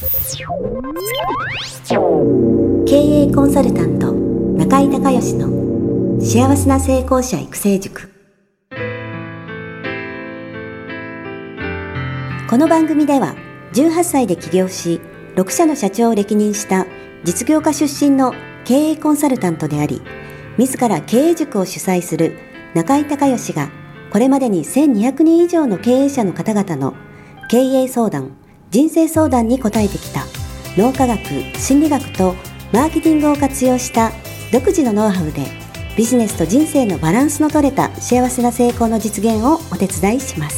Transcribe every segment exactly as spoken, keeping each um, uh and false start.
経営コンサルタント中井孝義の幸せな成功者育成塾。この番組ではじゅうはっさいで起業しろくしゃの社長を歴任した実業家出身の経営コンサルタントであり、自ら経営塾を主催する中井孝義がこれまでにせんにひゃくにん以上の経営者の方々の経営相談、人生相談に応えてきた脳科学、心理学とマーケティングを活用した独自のノウハウでビジネスと人生のバランスの取れた幸せな成功の実現をお手伝いします。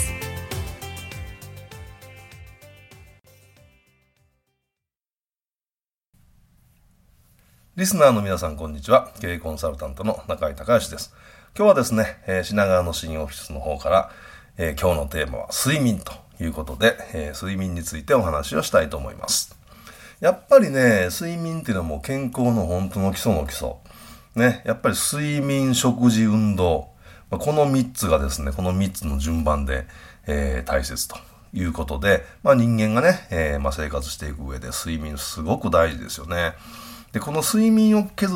リスナーの皆さんこんにちは。経営コンサルタントの中井孝義です。今日はですね、えー、品川の新オフィスの方から、えー、今日のテーマは睡眠ということで、えー、睡眠についてお話をしたいと思います。やっぱりね、睡眠っていうのはもう健康の本当の基礎の基礎。ね、やっぱり睡眠、食事、運動。まあ、このみっつがですね、このみっつの順番で、えー、大切ということで、まあ、人間がね、えーまあ、生活していく上で睡眠すごく大事ですよね。で、この睡眠を削って、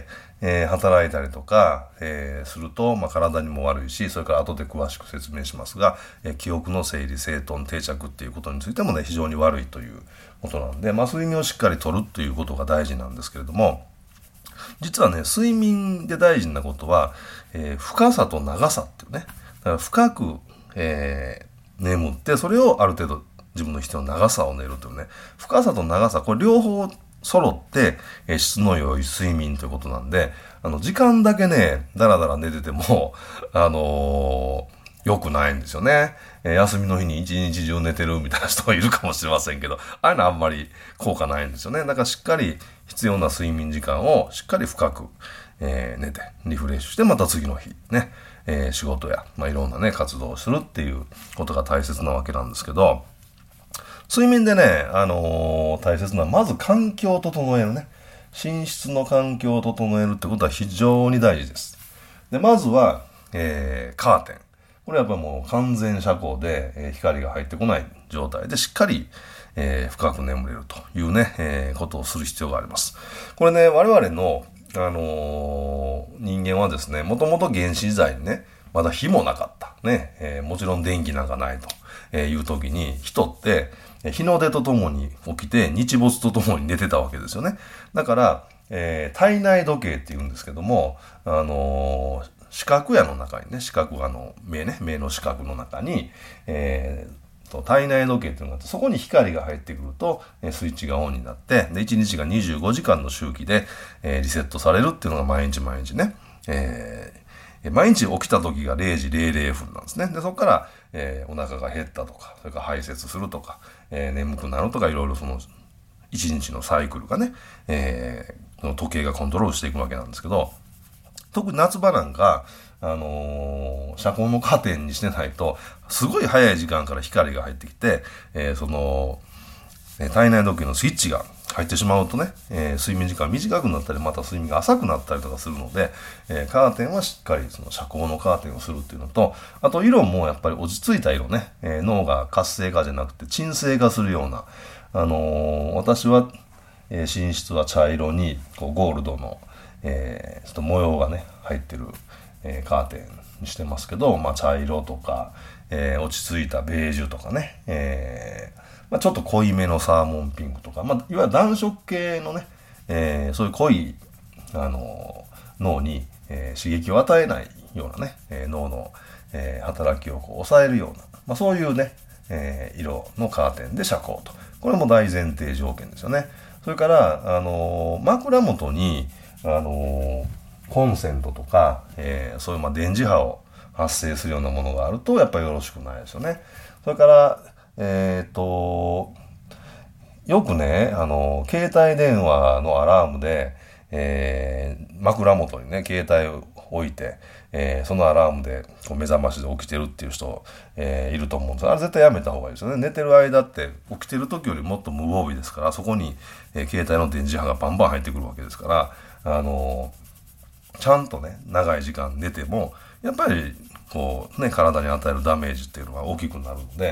えー、働いたりとか、えー、すると、まあ、体にも悪いし、それから後で詳しく説明しますが、えー、記憶の整理、整頓、定着っていうことについてもね、非常に悪いということなんで、まあ、睡眠をしっかりとるっていうことが大事なんですけれども、実はね、睡眠で大事なことは、えー、深さと長さっていうね、だから深く、えー、眠って、それをある程度自分の必要な長さを寝るというね、深さと長さ、これ両方揃って、えー、質の良い睡眠ということなんで、あの、時間だけね、だらだら寝てても、あのー、良くないんですよね。えー、休みの日に一日中寝てるみたいな人がいるかもしれませんけど、ああいうのはあんまり効果ないんですよね。だからしっかり必要な睡眠時間をしっかり深く、えー、寝て、リフレッシュして、また次の日、ね、えー、仕事や、まあ、いろんなね、活動をするっていうことが大切なわけなんですけど、睡眠でね、あのー、大切なのは、まず環境を整えるね。寝室の環境を整えるってことは非常に大事です。で、まずは、えー、カーテン。これはやっぱりもう完全遮光で、えー、光が入ってこない状態でしっかり、えー、深く眠れるというね、えー、ことをする必要があります。これね、我々の、あのー、人間はですね、もともと原始時代にね、まだ火もなかった。ね、えー、もちろん電気なんかないという時に、人って、日の出とともに起きて日没とともに寝てたわけですよね。だから、えー、体内時計って言うんですけども、あのー、視覚野の中にね、視覚あの目ね、目の視覚の中に、えー、と体内時計っていうのがあって、そこに光が入ってくると、えー、スイッチがオンになって、でいちにちがにじゅうごじかんの周期で、えー、リセットされるっていうのが毎日毎日ね、えー毎日起きた時がれいじれいれいふんなんですね。で、そこから、えー、お腹が減ったとか、それから排泄するとか、えー、眠くなるとか、いろいろその、一日のサイクルがね、えー、その時計がコントロールしていくわけなんですけど、特に夏場なんか、あのー、遮光のカーテンにしてないと、すごい早い時間から光が入ってきて、えー、その、体内時計のスイッチが入ってしまうとね、えー、睡眠時間短くなったり、また睡眠が浅くなったりとかするので、えー、カーテンはしっかりその遮光のカーテンをするっていうのと、あと色もやっぱり落ち着いた色ね、えー、脳が活性化じゃなくて鎮静化するような、あのー、私は、えー、寝室は茶色にこうゴールドの、えー、ちょっと模様がね入ってる、えー、カーテンにしてますけど、まあ、茶色とか、えー、落ち着いたベージュとかね、えーまあ、ちょっと濃いめのサーモンピンクとか、まあ、いわゆる暖色系のね、えー、そういう濃い、あのー、脳に、えー、刺激を与えないようなね、えー、脳の、えー、働きをこう抑えるような、まあ、そういうね、えー、色のカーテンで遮光と。これも大前提条件ですよね。それから、あのー、枕元に、あのー、コンセントとか、えー、そういうまあ電磁波を発生するようなものがあると、やっぱりよろしくないですよね。それから、えっと、よくね、あの、携帯電話のアラームで、えー、枕元にね、携帯を置いて、えー、そのアラームでこう目覚ましで起きてるっていう人、えー、いると思うんです。あれ絶対やめた方がいいですよね。寝てる間って起きてる時よりもっと無防備ですから、そこに、えー、携帯の電磁波がバンバン入ってくるわけですから、あのー、ちゃんとね、長い時間寝ても、やっぱりこうね、体に与えるダメージっていうのが大きくなるので、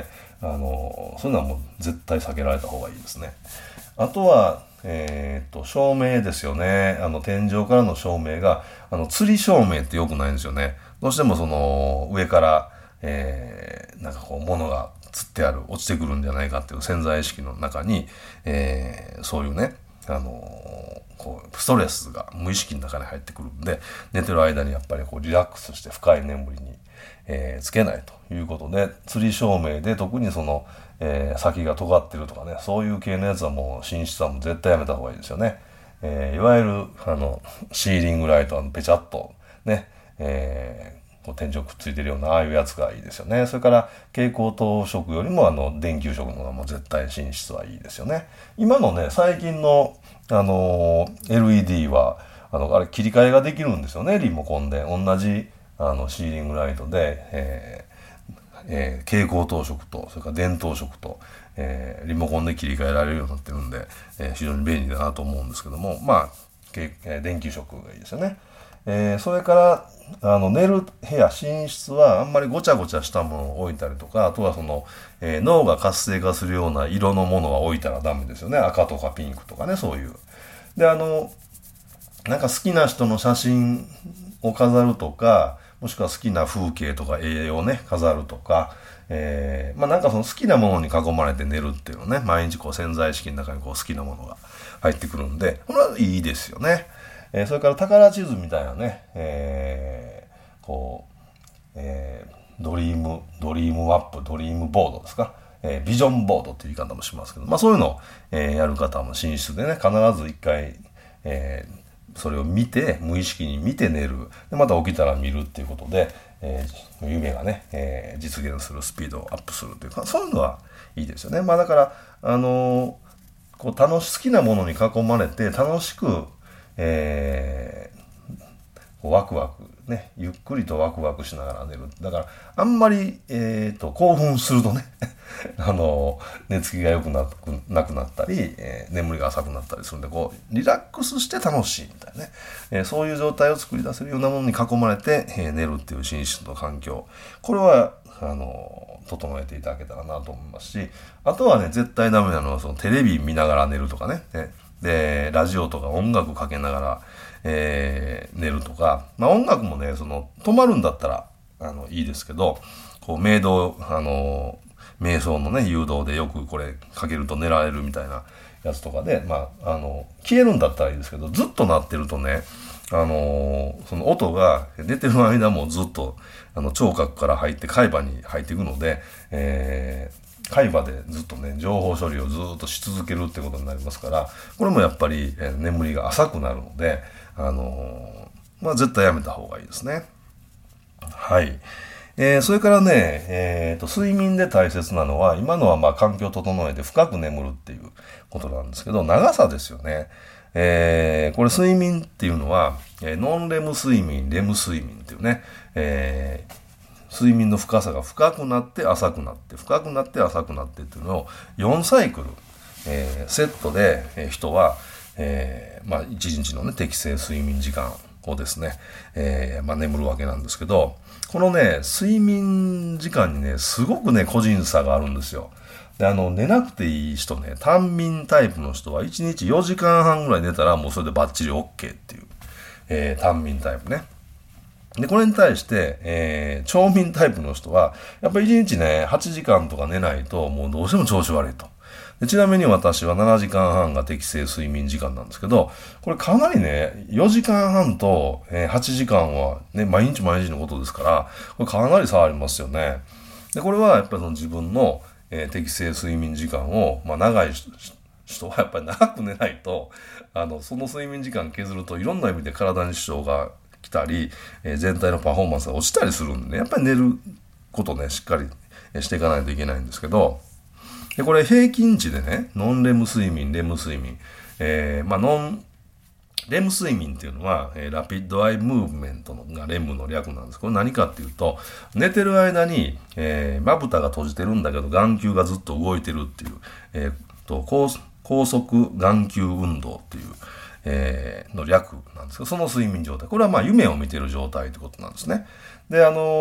あのそういうのはもう絶対避けられた方がいいですね。あとは、えー、と照明ですよね。あの天井からの照明があの吊り照明って良くないんですよね。どうしてもその上から、えー、なんかこう物が吊ってある、落ちてくるんじゃないかっていう潜在意識の中に、えー、そういうね、あのー、こうストレスが無意識の中に入ってくるんで、寝てる間にやっぱりこうリラックスして深い眠りに、えー、つけないということで、吊り照明で特にその、えー、先が尖ってるとかね、そういう系のやつはもう寝室はもう絶対やめた方がいいですよね。えー、いわゆるあのシーリングライトはペチャッとね、えーこう天井くっついてるようなああいうやつがいいですよね。それから蛍光灯色よりもあの電球色の方がもう絶対寝室はいいですよね。今のね最近のあの エルイーディー はあのあれ切り替えができるんですよね。リモコンで同じあのシーリングライトで、えーえー、蛍光灯色とそれから電灯色と、えー、リモコンで切り替えられるようになってるんで、えー、非常に便利だなと思うんですけども、まあ、えー、電球色がいいですよね。えー、それからあの寝る部屋寝室はあんまりごちゃごちゃしたものを置いたりとか、あとはその、えー、脳が活性化するような色のものは置いたらダメですよね。赤とかピンクとかね、そういう。であのなんか好きな人の写真を飾るとか、もしくは好きな風景とか絵をね飾るとか、えー、まあなんかその好きなものに囲まれて寝るっていうのね、毎日こう潜在意識の中にこう好きなものが入ってくるんで、これはいいですよね。えー、それから宝地図みたいなね、えー、こう、えー、ドリーム、ドリームマップ、ドリームボードですか、えー、ビジョンボードっていう言い方もしますけど、まあそういうのを、えー、やる方も寝室でね、必ず一回、えー、それを見て、無意識に見て寝る。で、また起きたら見るっていうことで、えー、夢がね、えー、実現するスピードをアップするというか、そういうのはいいですよね。まあだから、あのー、こう楽し、好きなものに囲まれて楽しく、えー、ワクワクね、ゆっくりとワクワクしながら寝る。だからあんまり、えー、と興奮するとねあの寝つきが良くなくなくなったり、えー、眠りが浅くなったりするんで、こうリラックスして楽しいみたいなね、えー、そういう状態を作り出せるようなものに囲まれて、えー、寝るっていう寝室の環境、これはあの整えていただけたらなと思いますし、あとはね絶対ダメなのはそのテレビ見ながら寝るとかね、ねでラジオとか音楽かけながら、えー、寝るとか、まあ音楽もねその止まるんだったらあのいいですけど、こう冥道あの瞑想のね誘導でよくこれかけると寝られるみたいなやつとかで、まああの消えるんだったらいいですけど、ずっと鳴ってるとね、あのその音が寝てる間もずっとあの聴覚から入って海馬に入っていくので、えー海馬でずっとね情報処理をずっとし続けるってことになりますから、これもやっぱり、えー、眠りが浅くなるので、あのー、まあ絶対やめた方がいいですね。はい。えー、それからね、えーと、睡眠で大切なのは、今のはまあ環境を整えて深く眠るっていうことなんですけど、長さですよね。えー、これ睡眠っていうのは、えー、ノンレム睡眠、レム睡眠っていうね、えー睡眠の深さが深くなって浅くなって深くなって浅くなってっていうのをよんサイクル、えー、セットで、えー、人は、えー、まあいちにちのね適正睡眠時間をですね、えー、まあ眠るわけなんですけど、このね睡眠時間にねすごくね個人差があるんですよ。であの寝なくていい人ね、短眠タイプの人はいちにちよじかんはんぐらい寝たらもうそれでバッチリ OK っていう、えー、短眠タイプね。で、これに対して、えー、長眠タイプの人は、やっぱりいちにちね、はちじかんとか寝ないと、もうどうしても調子悪いと。でちなみに私はななじかんはんが適正睡眠時間なんですけど、これかなりね、よじかんはんと、えー、はちじかんはね、毎日毎日のことですから、これかなり差ありますよね。で、これはやっぱりその自分の、えー、適正睡眠時間を、まあ長い人はやっぱり長く寝ないと、あの、その睡眠時間削るといろんな意味で体に支障が来たり、えー、全体のパフォーマンスが落ちたりするんでね、やっぱり寝ることねしっかりしていかないといけないんですけど、でこれ平均値でね、ノンレム睡眠、レム睡眠、えー、まあノンレム睡眠っていうのは、えー、ラピッドアイムーブメントのがレムの略なんです。これ何かっていうと、寝てる間に、えー、まぶたが閉じてるんだけど眼球がずっと動いてるっていう、えー、と高高速眼球運動っていうえー、の略なんですけど、その睡眠状態。これはまあ夢を見てる状態ってことなんですね。で、あの、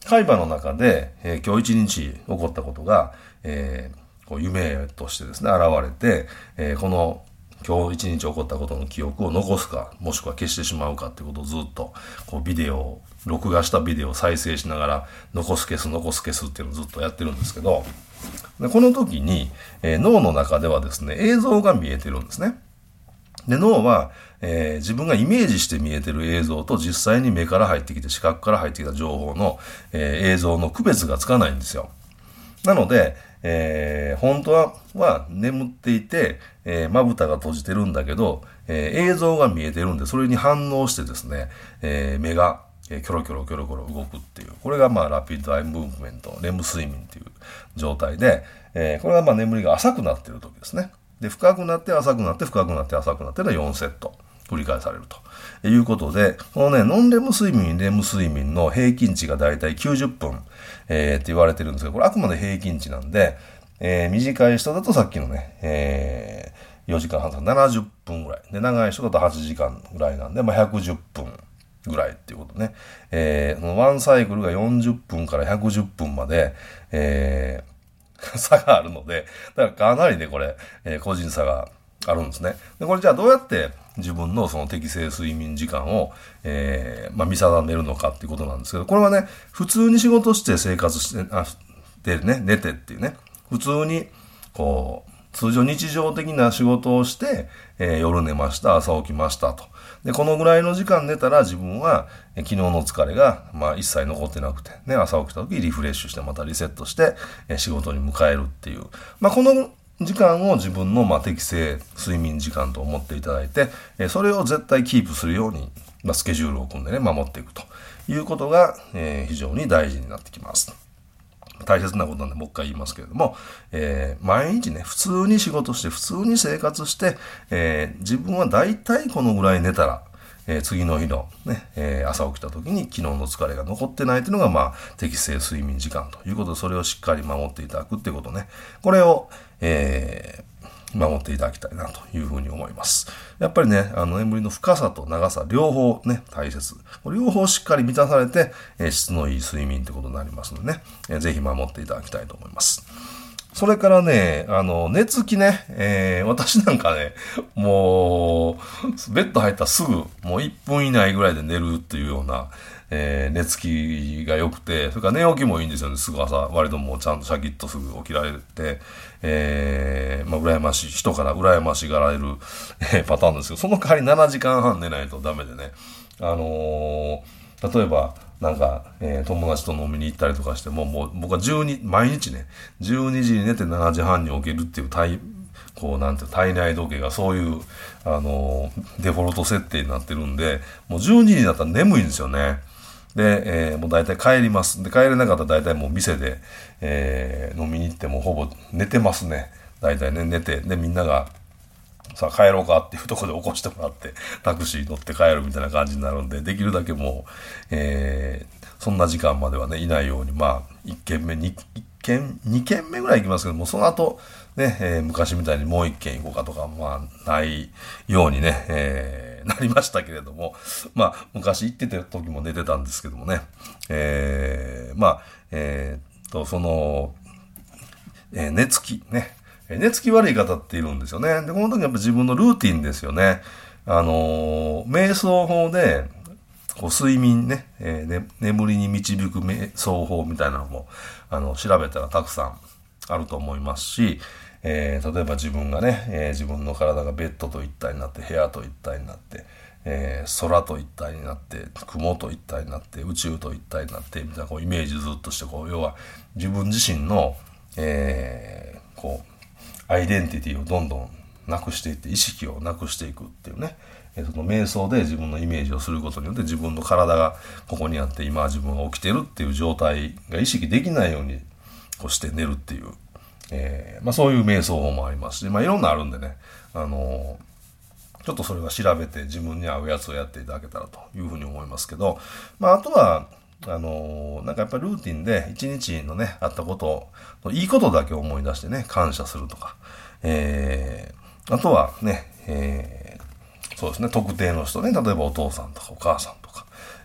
海馬の中で、えー、今日一日起こったことが、えー、こう夢としてですね、現れて、えー、この今日一日起こったことの記憶を残すか、もしくは消してしまうかっていうことをずっと、こうビデオを、録画したビデオを再生しながら、残す消す、残す消すっていうのをずっとやってるんですけど、でこの時に、えー、脳の中ではですね、映像が見えてるんですね。で、脳は、えー、自分がイメージして見えてる映像と実際に目から入ってきて、視覚から入ってきた情報の、えー、映像の区別がつかないんですよ。なので、えー、本当は、は眠っていて、えー、まぶたが閉じてるんだけど、えー、映像が見えてるんで、それに反応してですね、えー、目が、えー、キョロキョロキョロキョロ動くっていう。これがまあ、ラピッドアイムーブメント、レム睡眠っていう状態で、えー、これがまあ、眠りが浅くなっている時ですね。で、深くなって浅くなって深くなって浅くなってのよんセット繰り返されるということで、このね、ノンレム睡眠、レム睡眠の平均値がだいたいきゅうじゅっぷん、えー、って言われてるんですけど、これあくまで平均値なんで、えー、短い人だとさっきのね、えー、よじかんはんとかななじゅっぷんぐらい。で、長い人だとはちじかんぐらいなんで、まあ、ひゃくじゅっぷんぐらいっていうことね。えー、そのワンサイクルがよんじゅっぷんからひゃくじゅっぷんまで、えー、差があるので、だからかなりね、これ、えー、個人差があるんですね。で、これじゃあどうやって自分のその適正睡眠時間を、えー、まあ、見定めるのかっていうことなんですけど、これはね、普通に仕事して生活して、あ、でね、寝てっていうね、普通に、こう、通常日常的な仕事をして、えー、夜寝ました、朝起きましたと。で、このぐらいの時間寝たら自分は、えー、昨日の疲れが、まあ一切残ってなくて、ね、朝起きた時リフレッシュしてまたリセットして、えー、仕事に迎えるっていう。まあこの時間を自分の、まあ、適正睡眠時間と思っていただいて、えー、それを絶対キープするように、まあ、スケジュールを組んでね、守っていくということが、えー、非常に大事になってきます。大切なことなんでもう一回言いますけれども、えー、毎日ね、普通に仕事して、普通に生活して、えー、自分は大体このぐらい寝たら、えー、次の日のね、えー、朝起きた時に昨日の疲れが残ってないというのが、まあ、適正睡眠時間ということで、それをしっかり守っていただくっていうことね。これを、えー、守っていただきたいなというふうに思います。やっぱりね、あの、眠りの深さと長さ、両方ね、大切。両方しっかり満たされて、えー、質のいい睡眠ということになりますのでね、えー、ぜひ守っていただきたいと思います。それからね、あの、寝つきね、えー、私なんかね、もう、ベッド入ったらすぐ、もういっぷん以内ぐらいで寝るっていうような、えー、寝つきが良くて、それから寝起きもいいんですよね、すぐ朝、割ともうちゃんとシャキッとすぐ起きられて、えー、まあ、羨ましい、人から羨ましがられる、えー、パターンですけど、その代わりななじかんはん寝ないとダメでね、あのー、例えば、なんか、えー、友達と飲みに行ったりとかしても、もう僕はじゅうに、毎日ね、じゅうにじに寝てしちじはんに起きるっていう体、こうなんて体内時計がそういう、あのー、デフォルト設定になってるんで、もうじゅうにじになったら眠いんですよね。で、えー、もう大体帰ります。で、帰れなかったら大体もう店で、えー、飲みに行ってもほぼ寝てますね。大体ね、寝て、で、みんなが、さあ帰ろうかっていうところで起こしてもらってタクシー乗って帰るみたいな感じになるんで、できるだけもう、えー、そんな時間まではねいないように、まあいっけんめにいっけんにけんめぐらい行きますけども、その後ね、えー、昔みたいにもういっけん行こうかとかまあないようにね、えー、なりましたけれども、まあ昔行ってた時も寝てたんですけどもね、えー、まあえー、っとその、えー、寝つきね。寝つき悪い方っているんですよね。で、この時やっぱ自分のルーティンですよね。あのー、瞑想法で、こう睡眠ね、えー、ね、眠りに導く瞑想法みたいなのも、あの、調べたらたくさんあると思いますし、えー、例えば自分がね、えー、自分の体がベッドと一体になって、部屋と一体になって、えー、空と一体になって、雲と一体になって、宇宙と一体になって、みたいなこうイメージずっとして、こう、要は自分自身の、えー、こう、アイデンティティをどんどんなくしていって、意識をなくしていくっていうね、えー、その瞑想で自分のイメージをすることによって自分の体がここにあって今自分が起きてるっていう状態が意識できないようにこうして寝るっていう、えー、まあそういう瞑想法もありますし、まあいろんなあるんでね、あのー、ちょっとそれは調べて自分に合うやつをやっていただけたらというふうに思いますけど、まああとはあのー、なんかやっぱりルーティンで一日のね、あったことを、いいことだけ思い出してね、感謝するとか、えー、あとはね、えー、そうですね、特定の人ね、例えばお父さんとかお母さんとか、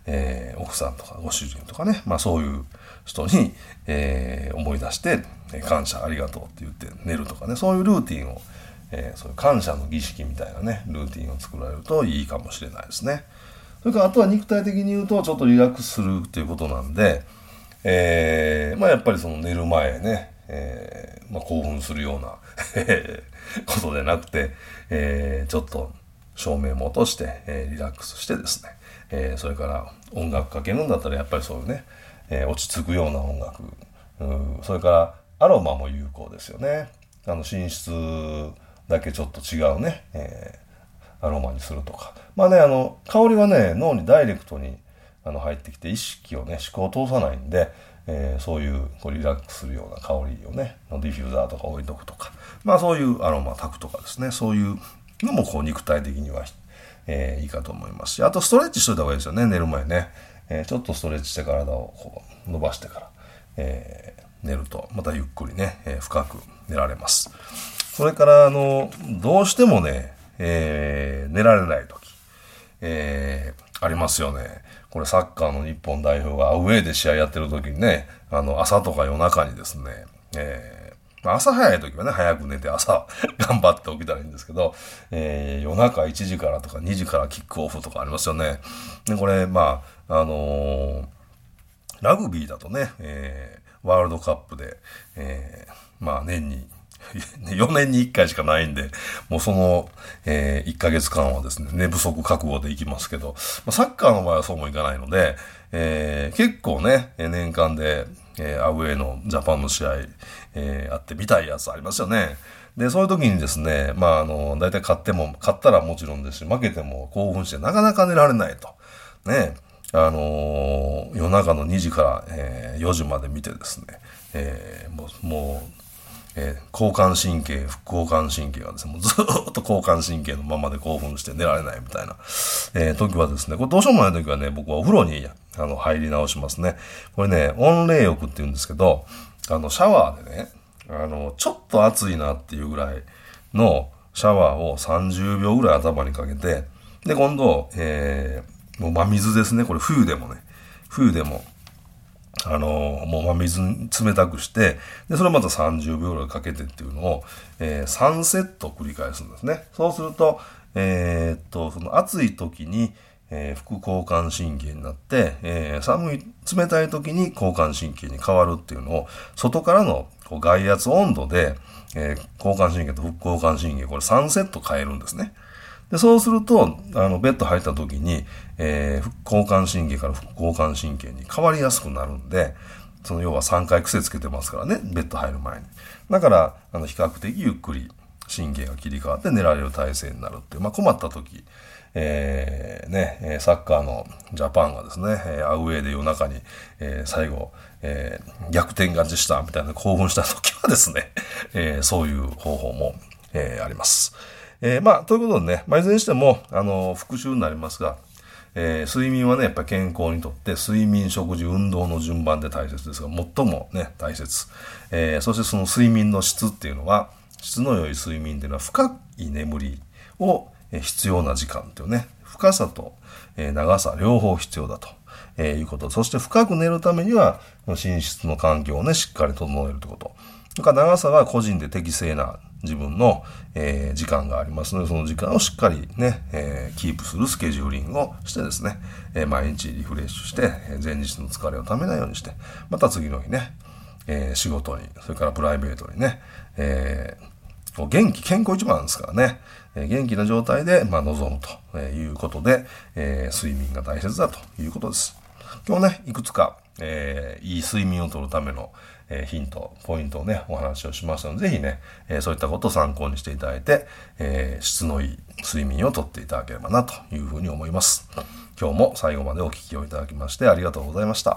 えー、奥さんとかご主人とかね、まあそういう人に、えー、思い出して感謝ありがとうって言って寝るとかね、そういうルーティンを、えー、そういう感謝の儀式みたいなねルーティンを作られるといいかもしれないですね。それからあとは肉体的に言うとちょっとリラックスするっていうことなんで、えー、まあやっぱりその寝る前ね、えーまあ、興奮するようなことでなくて、えー、ちょっと照明も落として、えー、リラックスしてですね、えー、それから音楽かけるんだったらやっぱりそういうね、えー、落ち着くような音楽、うん、それからアロマも有効ですよね。あの寝室だけちょっと違うね、えー、アロマにするとか、まあね、あの香りはね脳にダイレクトにあの入ってきて意識をね思考を通さないんで、えー、そういうこうリラックスするような香りをねディフューザーとか置いとくとか、まあそういうアロマ炊くとかですね、そういうのもこう肉体的には、えー、いいかと思いますし、あとストレッチしといた方がいいですよね。寝る前ね、えー、ちょっとストレッチして体をこう伸ばしてから、えー、寝るとまたゆっくりね、えー、深く寝られます。それからあのどうしてもね、えー、寝られない時、えー、ありますよね。これサッカーの日本代表がアウェーで試合やってる時にね、あの朝とか夜中にですね、えー、朝早い時はね早く寝て朝頑張って起きたらいいんですけど、えー、夜中いちじからとかにじからキックオフとかありますよね。でこれまああのー、ラグビーだとね、えー、ワールドカップで、えー、まあ年によねんにいっかいしかないんで、もうその、えー、いっかげつかんはですね、寝不足覚悟でいきますけど、まあ、サッカーの場合はそうもいかないので、えー、結構ね、年間で、えー、アウェーのジャパンの試合、えー、あって見たいやつありますよね。で、そういう時にですね、まあ、あの、大体勝っても、勝ったらもちろんですし、負けても興奮してなかなか寝られないと。ね、あのー、夜中のにじから、えー、よじまで見てですね、えー、もう、もうえー、交感神経、副交感神経がですね、もうずーっと交感神経のままで興奮して寝られないみたいな、えー、時はですね、これどうしようもない時はね、僕はお風呂にあの入り直しますね。これね、温冷浴って言うんですけど、あの、シャワーでね、あの、ちょっと暑いなっていうぐらいのシャワーをさんじゅうびょうぐらい頭にかけて、で、今度、えー、もう真水ですね。これ冬でもね、冬でも、あのー、もう真水に冷たくして、で、それをまたさんじゅうびょうぐらいかけてっていうのを、えー、さんセット繰り返すんですね。そうすると、えー、っと、その暑い時に、えー、副交感神経になって、えー、寒い、冷たい時に交感神経に変わるっていうのを、外からのこう外圧温度で、えー、交感神経と副交感神経、これさんセット変えるんですね。で、そうすると、あの、ベッド入った時に、えー、交感神経から副交感神経に変わりやすくなるんで、その要はさんかい癖つけてますからね、ベッド入る前に。だから、あの、比較的ゆっくり神経が切り替わって寝られる体勢になるっていう、まあ、困った時、えー、ね、サッカーのジャパンがですね、アウェーで夜中に、えー、最後、えー、逆転勝ちしたみたいな興奮した時はですね、えー、そういう方法も、えー、あります。えー、まあ、ということでね、まあ、いずれにしても、あの、復習になりますが、えー、睡眠はね、やっぱり健康にとって、睡眠、食事、運動の順番で大切ですが、最もね、大切。えー、そしてその睡眠の質っていうのは、質の良い睡眠っていうのは、深い眠りを、えー、必要な時間っていうね、深さと、えー、長さ、両方必要だと、えー、いうこと。そして深く寝るためには、寝室の環境をね、しっかり整えるということ。それから長さは個人で適正な自分の、えー、時間がありますので、その時間をしっかりね、えー、キープするスケジューリングをしてですね、えー、毎日リフレッシュして、前日の疲れをためないようにして、また次の日ね、えー、仕事に、それからプライベートにね、えー、元気、健康一番ですからね、えー、元気な状態で、まあ、臨むということで、えー、睡眠が大切だということです。今日ね、いくつか、えー、いい睡眠をとるためのえー、ヒント、ポイントをね、お話をしましたので、ぜひね、えー、そういったことを参考にしていただいて、えー、質のいい睡眠をとっていただければなというふうに思います。今日も最後までお聞きをいただきましてありがとうございました。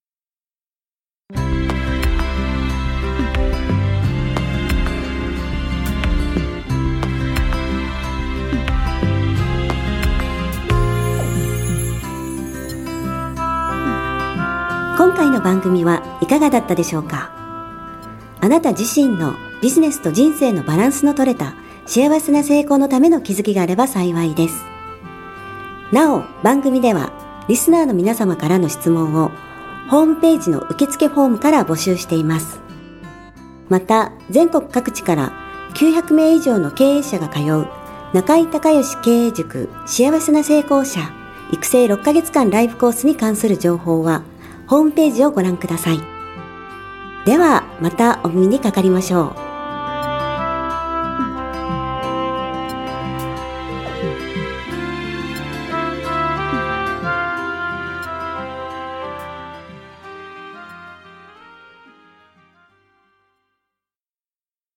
今回の番組はいかがだったでしょうか。あなた自身のビジネスと人生のバランスの取れた幸せな成功のための気づきがあれば幸いです。なお、番組ではリスナーの皆様からの質問をホームページの受付フォームから募集しています。また、全国各地からきゅうひゃくめい以上の経営者が通う中井孝義経営塾幸せな成功者育成ろっかげつかんライブコースに関する情報はホームページをご覧ください。ではまたお耳にかかりましょう。